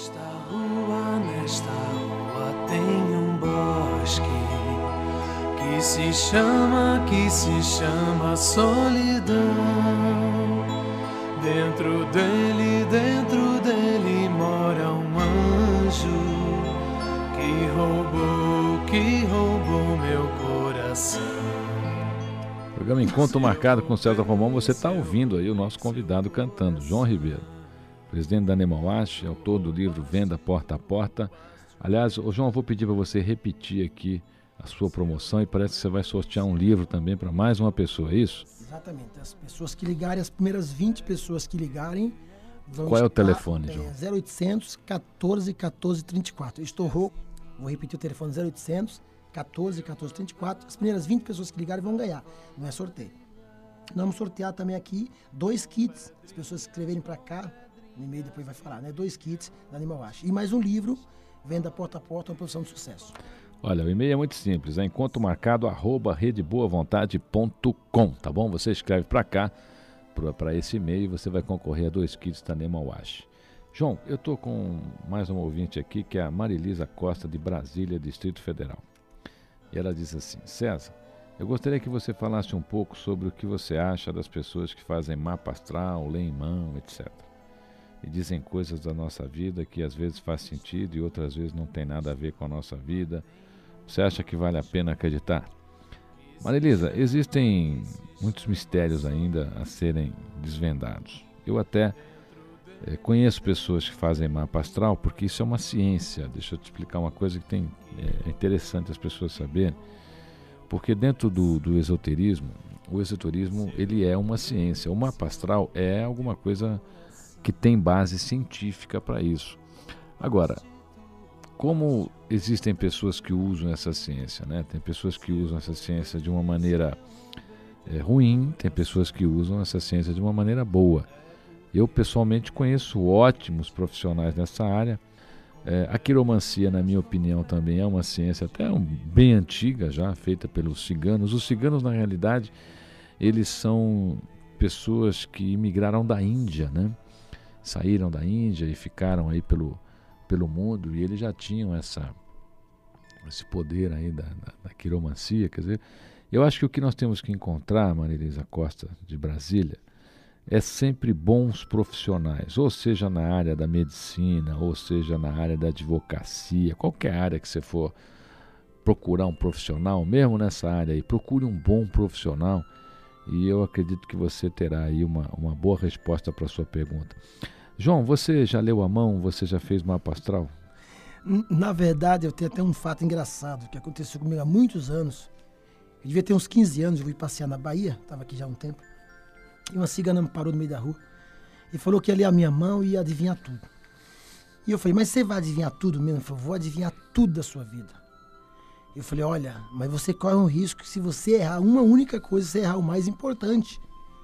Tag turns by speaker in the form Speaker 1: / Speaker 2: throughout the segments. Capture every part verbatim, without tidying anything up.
Speaker 1: Nesta rua, nesta rua tem um bosque que se chama, que se chama solidão. Dentro dele, dentro dele mora um anjo que roubou, que roubou meu coração.
Speaker 2: Programa Encontro Marcado com César Romão. Você está ouvindo aí o nosso convidado cantando, João Ribeiro, presidente da Nemoash, autor do livro Venda Porta a Porta. Aliás, ô João, eu vou pedir para você repetir aqui a sua promoção e parece que você vai sortear um livro também para mais uma pessoa, é isso?
Speaker 3: Exatamente. As pessoas que ligarem, as primeiras vinte pessoas que ligarem vão
Speaker 2: Qual é o
Speaker 3: estar,
Speaker 2: telefone,
Speaker 3: é,
Speaker 2: João?
Speaker 3: zero oitocentos, quatorze, quatorze, trinta e quatro. Eu estou rouco, vou repetir o telefone: zero oitocentos, quatorze, quatorze, trinta e quatro. As primeiras vinte pessoas que ligarem vão ganhar, não é sorteio. Nós vamos sortear também aqui dois kits, as pessoas que escreverem para cá, no e-mail depois vai falar, né? Dois kits da Nemoash. E mais um livro, Venda Porta a Porta, uma profissão de sucesso.
Speaker 2: Olha, o e-mail é muito simples, é encontro marcado arroba rede boa vontade ponto com, tá bom? Você escreve para cá, para esse e-mail, e você vai concorrer a dois kits da Nemoash. João, eu estou com mais um ouvinte aqui, que é a Marilisa Costa, de Brasília, Distrito Federal. E ela diz assim: César, eu gostaria que você falasse um pouco sobre o que você acha das pessoas que fazem mapa astral, leem mão, etcétera. E dizem coisas da nossa vida que às vezes faz sentido e outras vezes não tem nada a ver com a nossa vida. Você acha que vale a pena acreditar? Marilisa, existem muitos mistérios ainda a serem desvendados. Eu até é, conheço pessoas que fazem mapa astral, porque isso é uma ciência. Deixa eu te explicar uma coisa que tem, é interessante as pessoas saberem. Porque dentro do, do esoterismo, o esoterismo ele é uma ciência. O mapa astral é alguma coisa que tem base científica para isso. Agora, como existem pessoas que usam essa ciência, né? Tem pessoas que usam essa ciência de uma maneira é, ruim, tem pessoas que usam essa ciência de uma maneira boa. Eu, pessoalmente, conheço ótimos profissionais nessa área. É, a quiromancia, na minha opinião, também é uma ciência até um, bem antiga já, feita pelos ciganos. Os ciganos, na realidade, eles são pessoas que imigraram da Índia, né? Saíram da Índia e ficaram aí pelo, pelo mundo, e eles já tinham essa, esse poder aí da, da, da quiromancia. Quer dizer, eu acho que o que nós temos que encontrar, Marilisa Costa, de Brasília, é sempre bons profissionais, ou seja na área da medicina, ou seja na área da advocacia, qualquer área que você for procurar um profissional, mesmo nessa área aí, procure um bom profissional, e eu acredito que você terá aí uma, uma boa resposta para a sua pergunta. João, você já leu a mão, você já fez mapa astral?
Speaker 3: Na verdade, eu tenho até um fato engraçado que aconteceu comigo há muitos anos. Eu devia ter uns quinze anos, eu fui passear na Bahia, estava aqui já há um tempo. E uma cigana me parou no meio da rua e falou que ia ler a minha mão e ia adivinhar tudo. E eu falei: mas você vai adivinhar tudo mesmo? Ela falou: vou adivinhar tudo da sua vida. Eu falei: olha, mas você corre um risco que se você errar uma única coisa, você errar o mais importante.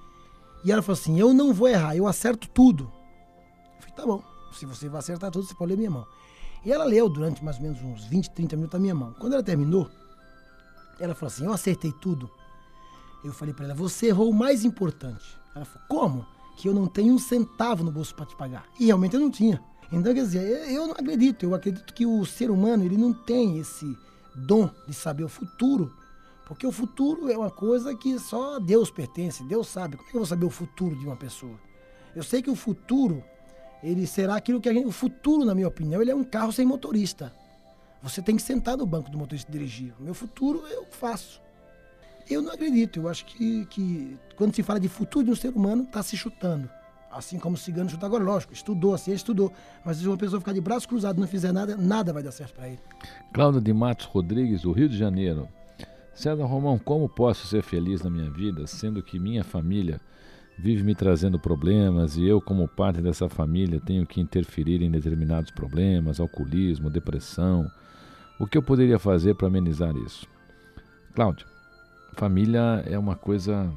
Speaker 3: E ela falou assim: eu não vou errar, eu acerto tudo. Eu falei: tá bom, se você vai acertar tudo, você pode ler minha mão. E ela leu durante mais ou menos uns vinte, trinta minutos a minha mão. Quando ela terminou, ela falou assim: eu acertei tudo. Eu falei para ela: você errou o mais importante. Ela falou: como? Que eu não tenho um centavo no bolso para te pagar. E realmente eu não tinha. Então, quer dizer, eu não acredito. Eu acredito que o ser humano, ele não tem esse dom de saber o futuro, porque o futuro é uma coisa que só Deus pertence, Deus sabe. Como é que eu vou saber o futuro de uma pessoa? Eu sei que o futuro, ele será aquilo que a gente... O futuro, na minha opinião, ele é um carro sem motorista. Você tem que sentar no banco do motorista dirigir. O meu futuro eu faço. Eu não acredito, eu acho que, que quando se fala de futuro de um ser humano, está se chutando. Assim como o cigano chuta agora, lógico, estudou, a ciência estudou. Mas se uma pessoa ficar de braço cruzado e não fizer nada, nada vai dar certo para ele.
Speaker 2: Cláudia de Matos Rodrigues, do Rio de Janeiro. César Romão, como posso ser feliz na minha vida, sendo que minha família vive me trazendo problemas e eu, como parte dessa família, tenho que interferir em determinados problemas, alcoolismo, depressão. O que eu poderia fazer para amenizar isso? Cláudia, família é uma coisa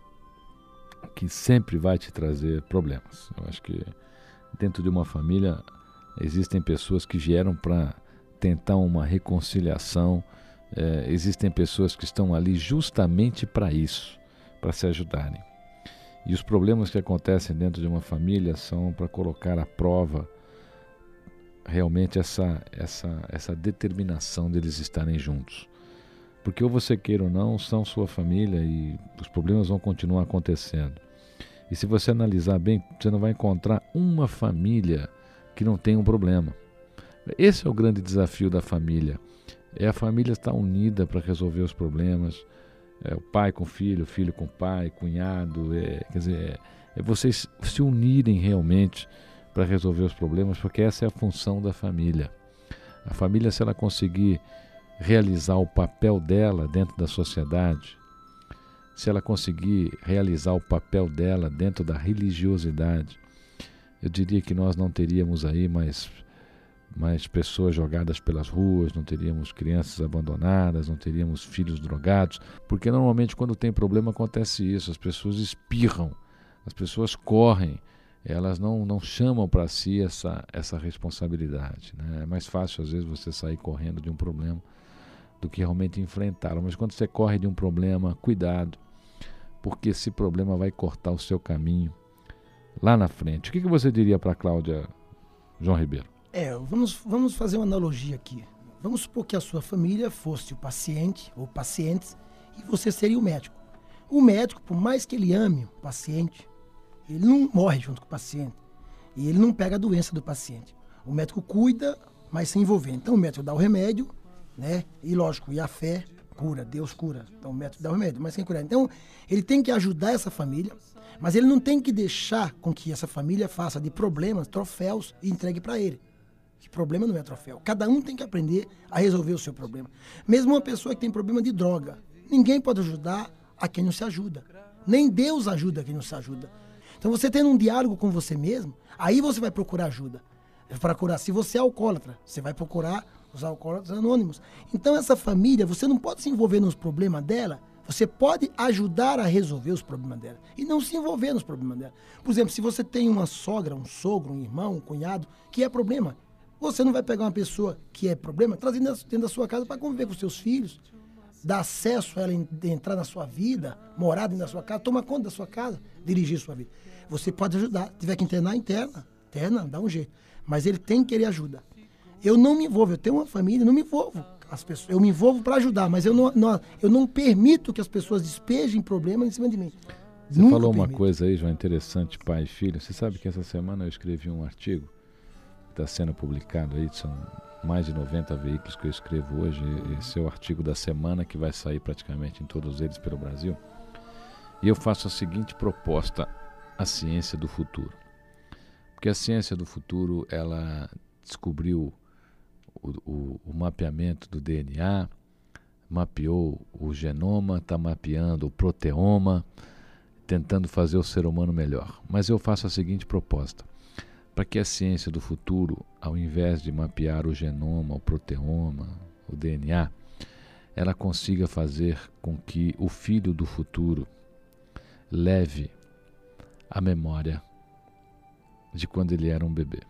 Speaker 2: que sempre vai te trazer problemas. Eu acho que dentro de uma família existem pessoas que vieram para tentar uma reconciliação, é, existem pessoas que estão ali justamente para isso, para se ajudarem. E os problemas que acontecem dentro de uma família são para colocar à prova realmente essa, essa, essa determinação deles estarem juntos. Porque ou você queira ou não, são sua família e os problemas vão continuar acontecendo. E se você analisar bem, você não vai encontrar uma família que não tenha um problema. Esse é o grande desafio da família. É a família estar unida para resolver os problemas. É o pai com o filho, o filho com o pai, cunhado. É, quer dizer, é, é vocês se unirem realmente para resolver os problemas, porque essa é a função da família. A família, se ela conseguir realizar o papel dela dentro da sociedade, se ela conseguir realizar o papel dela dentro da religiosidade, eu diria que nós não teríamos aí mais, mais pessoas jogadas pelas ruas, não teríamos crianças abandonadas, não teríamos filhos drogados, porque normalmente quando tem problema acontece isso, as pessoas espirram, as pessoas correm, elas não, não chamam para si essa, essa responsabilidade, né? É mais fácil às vezes você sair correndo de um problema do que realmente enfrentá-lo, mas quando você corre de um problema, cuidado, porque esse problema vai cortar o seu caminho lá na frente. O que, que você diria para a Cláudia, João Ribeiro?
Speaker 3: É, vamos, vamos fazer uma analogia aqui. Vamos supor que a sua família fosse o paciente ou pacientes e você seria o médico. O médico, por mais que ele ame o paciente, ele não morre junto com o paciente e ele não pega a doença do paciente. O médico cuida, mas sem envolver. Então o médico dá o remédio, né? E lógico, e a fé cura, Deus cura. Então o médico dá o remédio, mas sem curar. Então ele tem que ajudar essa família, mas ele não tem que deixar com que essa família faça de problemas, troféus e entregue para ele. Que problema não é troféu. Cada um tem que aprender a resolver o seu problema. Mesmo uma pessoa que tem problema de droga, ninguém pode ajudar a quem não se ajuda. Nem Deus ajuda quem não se ajuda. Então você tendo um diálogo com você mesmo, aí você vai procurar ajuda. Para curar, se você é alcoólatra, você vai procurar os alcoólatras anônimos. Então essa família, você não pode se envolver nos problemas dela, você pode ajudar a resolver os problemas dela e não se envolver nos problemas dela. Por exemplo, se você tem uma sogra, um sogro, um irmão, um cunhado, que é problema, você não vai pegar uma pessoa que é problema, trazer dentro da sua casa para conviver com seus filhos, dar acesso a ela de entrar na sua vida, morar dentro da sua casa, tomar conta da sua casa, dirigir sua vida. Você pode ajudar, se tiver que internar, interna, interna, dá um jeito. Mas ele tem que querer ajuda. Eu não me envolvo, eu tenho uma família, não me envolvo. As pessoas, eu me envolvo para ajudar, mas eu não, não, eu não permito que as pessoas despejem problemas em cima de mim.
Speaker 2: Você
Speaker 3: Nunca
Speaker 2: falou uma
Speaker 3: permito.
Speaker 2: coisa aí, João, interessante, pai e filho. Você sabe que essa semana eu escrevi um artigo que está sendo publicado aí, são mais de noventa veículos que eu escrevo hoje. Esse é o artigo da semana que vai sair praticamente em todos eles pelo Brasil. E eu faço a seguinte proposta: a ciência do futuro. Porque a ciência do futuro, ela descobriu o, o, o mapeamento do D N A, mapeou o genoma, está mapeando o proteoma, tentando fazer o ser humano melhor. Mas eu faço a seguinte proposta: para que a ciência do futuro, ao invés de mapear o genoma, o proteoma, o D N A, ela consiga fazer com que o filho do futuro leve a memória de quando ele era um bebê.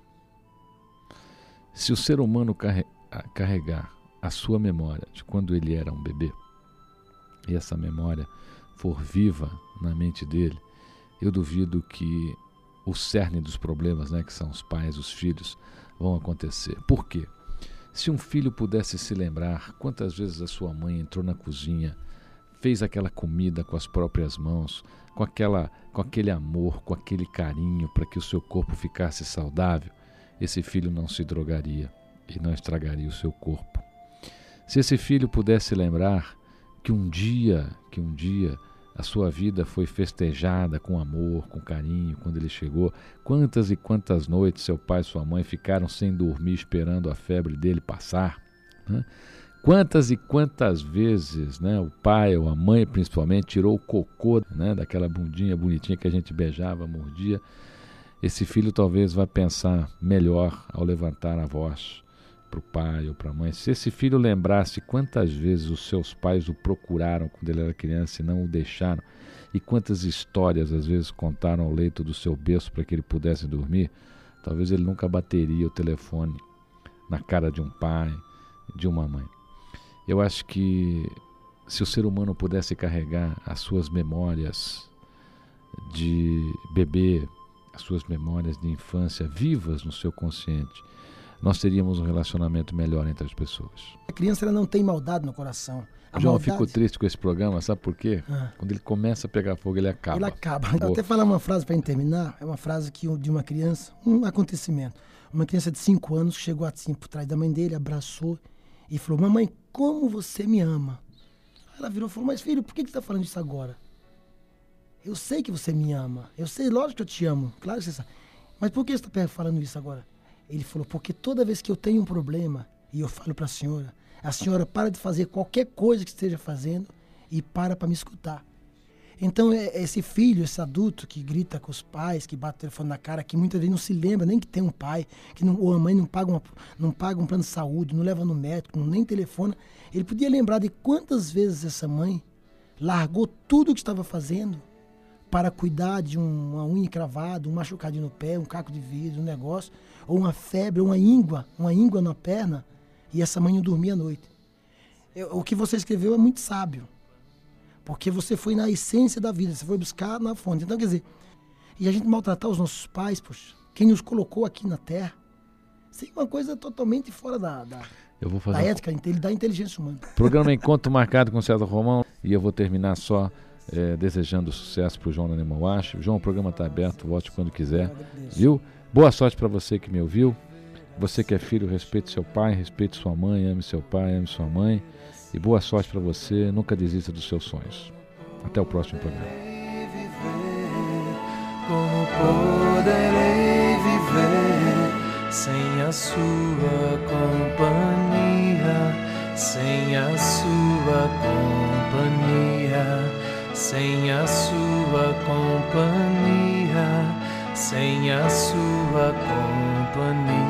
Speaker 2: Se o ser humano carregar a sua memória de quando ele era um bebê, e essa memória for viva na mente dele, eu duvido que o cerne dos problemas, né, que são os pais, os filhos, vão acontecer. Por quê? Se um filho pudesse se lembrar quantas vezes a sua mãe entrou na cozinha, fez aquela comida com as próprias mãos, com, aquela, com aquele amor, com aquele carinho para que o seu corpo ficasse saudável, esse filho não se drogaria e não estragaria o seu corpo. Se esse filho pudesse lembrar que um dia, que um dia a sua vida foi festejada com amor, com carinho, quando ele chegou, quantas e quantas noites seu pai e sua mãe ficaram sem dormir esperando a febre dele passar, né? Quantas e quantas vezes, né, o pai ou a mãe principalmente tirou o cocô, né, daquela bundinha bonitinha que a gente beijava, mordia. Esse filho talvez vá pensar melhor ao levantar a voz para o pai ou para a mãe. Se esse filho lembrasse quantas vezes os seus pais o procuraram quando ele era criança e não o deixaram, e quantas histórias às vezes contaram ao leito do seu berço para que ele pudesse dormir, talvez ele nunca bateria o telefone na cara de um pai, de uma mãe. Eu acho que se o ser humano pudesse carregar as suas memórias de bebê, as suas memórias de infância vivas no seu consciente, nós teríamos um relacionamento melhor entre as pessoas.
Speaker 3: A criança ela não tem maldade no coração. A
Speaker 2: João,
Speaker 3: maldade...
Speaker 2: eu fico triste com esse programa, sabe por quê?
Speaker 3: Ah.
Speaker 2: Quando ele começa a pegar fogo, ele acaba.
Speaker 3: Ele acaba.
Speaker 2: Boa.
Speaker 3: Eu até falar uma frase para terminar, é uma frase que, de uma criança, um acontecimento. Uma criança de cinco anos chegou assim por trás da mãe dele, abraçou e falou: mamãe, como você me ama? Ela virou e falou: mas filho, por que você está falando isso agora? Eu sei que você me ama. Eu sei, lógico que eu te amo. Claro que você sabe. Mas por que você está falando isso agora? Ele falou: porque toda vez que eu tenho um problema e eu falo para a senhora, a senhora para de fazer qualquer coisa que esteja fazendo e para para me escutar. Então, esse filho, esse adulto que grita com os pais, que bate o telefone na cara, que muitas vezes não se lembra nem que tem um pai, que não, ou a mãe não paga, uma, não paga um plano de saúde, não leva no médico, nem telefona, ele podia lembrar de quantas vezes essa mãe largou tudo o que estava fazendo para cuidar de um, uma unha cravada, um machucadinho no pé, um caco de vidro, um negócio, ou uma febre, ou uma íngua, uma íngua na perna, e essa mãe não dormia à noite. Eu, o que você escreveu é muito sábio, porque você foi na essência da vida, você foi buscar na fonte. Então, quer dizer, e a gente maltratar os nossos pais, poxa, quem nos colocou aqui na Terra, isso é uma coisa totalmente fora da, da,
Speaker 2: eu vou fazer
Speaker 3: da
Speaker 2: um...
Speaker 3: ética, da inteligência humana.
Speaker 2: Programa Encontro Marcado com César Romão, e eu vou terminar só é, desejando sucesso para o João da Nemoash. João, o programa está aberto, volte quando quiser, viu? Boa sorte para você que me ouviu. Você que é filho, respeite seu pai, respeite sua mãe, ame seu pai, ame sua mãe. E boa sorte para você, nunca desista dos seus sonhos. Até o próximo programa.
Speaker 1: Como poderei viver sem a sua companhia, sem a sua companhia, sem a sua companhia, sem a sua companhia.